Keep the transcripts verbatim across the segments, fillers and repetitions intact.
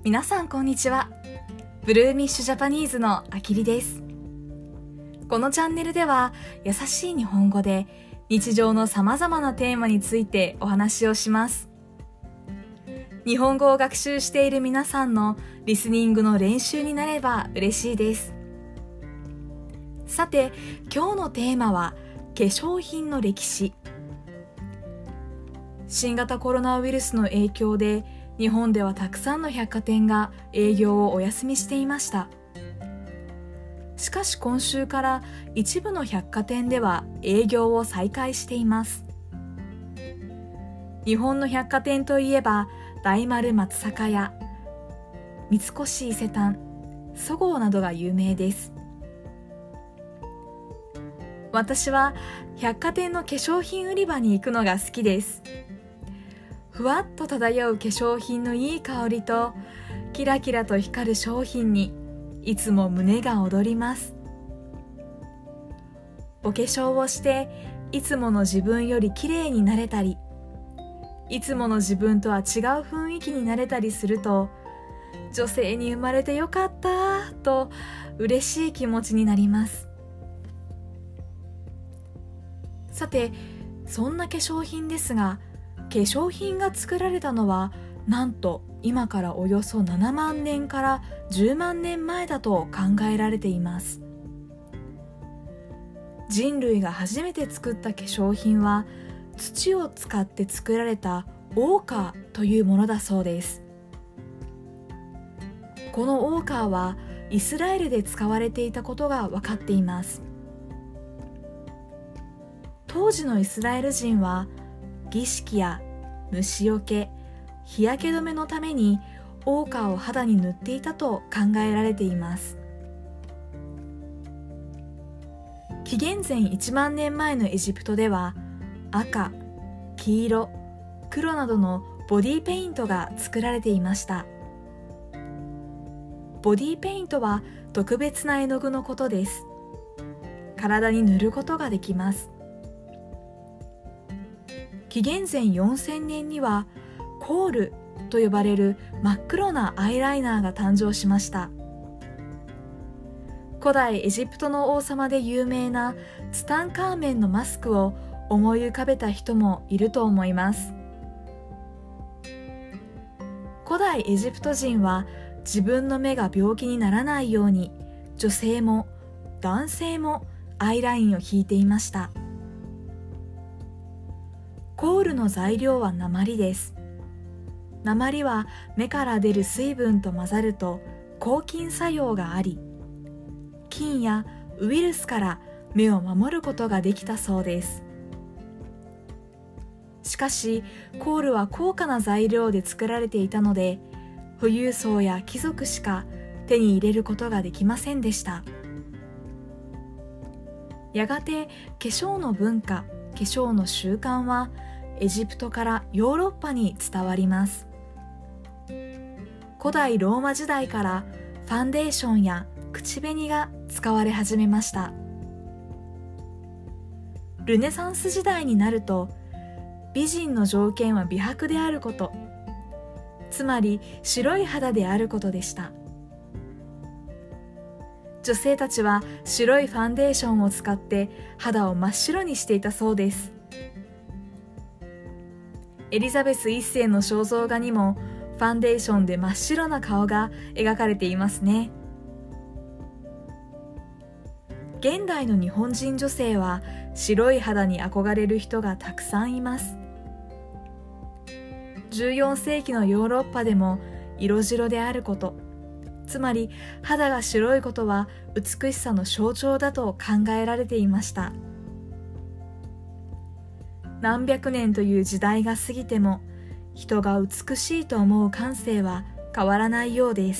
皆さんこんにちは。ブルーミッシュジャパニーズのあきりです。このチャンネルでは優しい日本語で日常のさまざまなテーマについてお話をします。日本語を学習している皆さんのリスニングの練習になれば嬉しいです。さて、今日のテーマは化粧品の歴史。新型コロナウイルスの影響で日本ではたくさんの百貨店が営業をお休みしていました。しかし今週から一部の百貨店では営業を再開しています。日本の百貨店といえば大丸松坂屋、三越伊勢丹、そごうなどが有名です。私は百貨店の化粧品売り場に行くのが好きです。ふわっと漂う化粧品のいい香りとキラキラと光る商品にいつも胸が躍ります。お化粧をしていつもの自分より綺麗になれたり、いつもの自分とは違う雰囲気になれたりすると、女性に生まれてよかったと嬉しい気持ちになります。さて、そんな化粧品ですが、化粧品が作られたのはなんと今からおよそななまんねんからじゅうまんねんまえだと考えられています。人類が初めて作った化粧品は土を使って作られたオーカーというものだそうです。このオーカーはイスラエルで使われていたことが分かっています。当時のイスラエル人は儀式や虫よけ、日焼け止めのためにオーカーを肌に塗っていたと考えられています。紀元前いちまんねんまえのエジプトでは赤、黄色、黒などのボディペイントが作られていました。ボディペイントは特別な絵の具のことです。体に塗ることができます。紀元前よんせんねんにはコールと呼ばれる真っ黒なアイライナーが誕生しました。古代エジプトの王様で有名なツタンカーメンのマスクを思い浮かべた人もいると思います。古代エジプト人は自分の目が病気にならないように女性も男性もアイラインを引いていました。コールの材料は鉛です。鉛は目から出る水分と混ざると抗菌作用があり、菌やウイルスから目を守ることができたそうです。しかし、コールは高価な材料で作られていたので、富裕層や貴族しか手に入れることができませんでした。やがて化粧の文化、化粧の習慣はエジプトからヨーロッパに伝わります。古代ローマ時代からファンデーションや口紅が使われ始めました。ルネサンス時代になると、美人の条件は美白であること、つまり白い肌であることでした。女性たちは白いファンデーションを使って肌を真っ白にしていたそうです。エリザベスいっせいの肖像画にもファンデーションで真っ白な顔が描かれていますね。現代の日本人女性は白い肌に憧れる人がたくさんいます。じゅうよんせいきのヨーロッパでも色白であること、つまり肌が白いことは美しさの象徴だと考えられていました。何百年という時代が過ぎても人が美しいと思う感性は変わらないようです。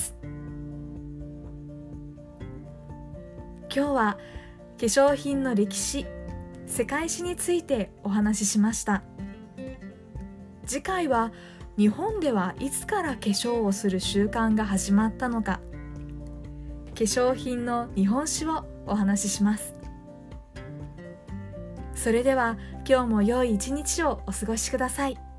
今日は化粧品の歴史、世界史についてお話ししました。次回は日本ではいつから化粧をする習慣が始まったのか、化粧品の日本史をお話しします。それでは今日も良い一日をお過ごしください。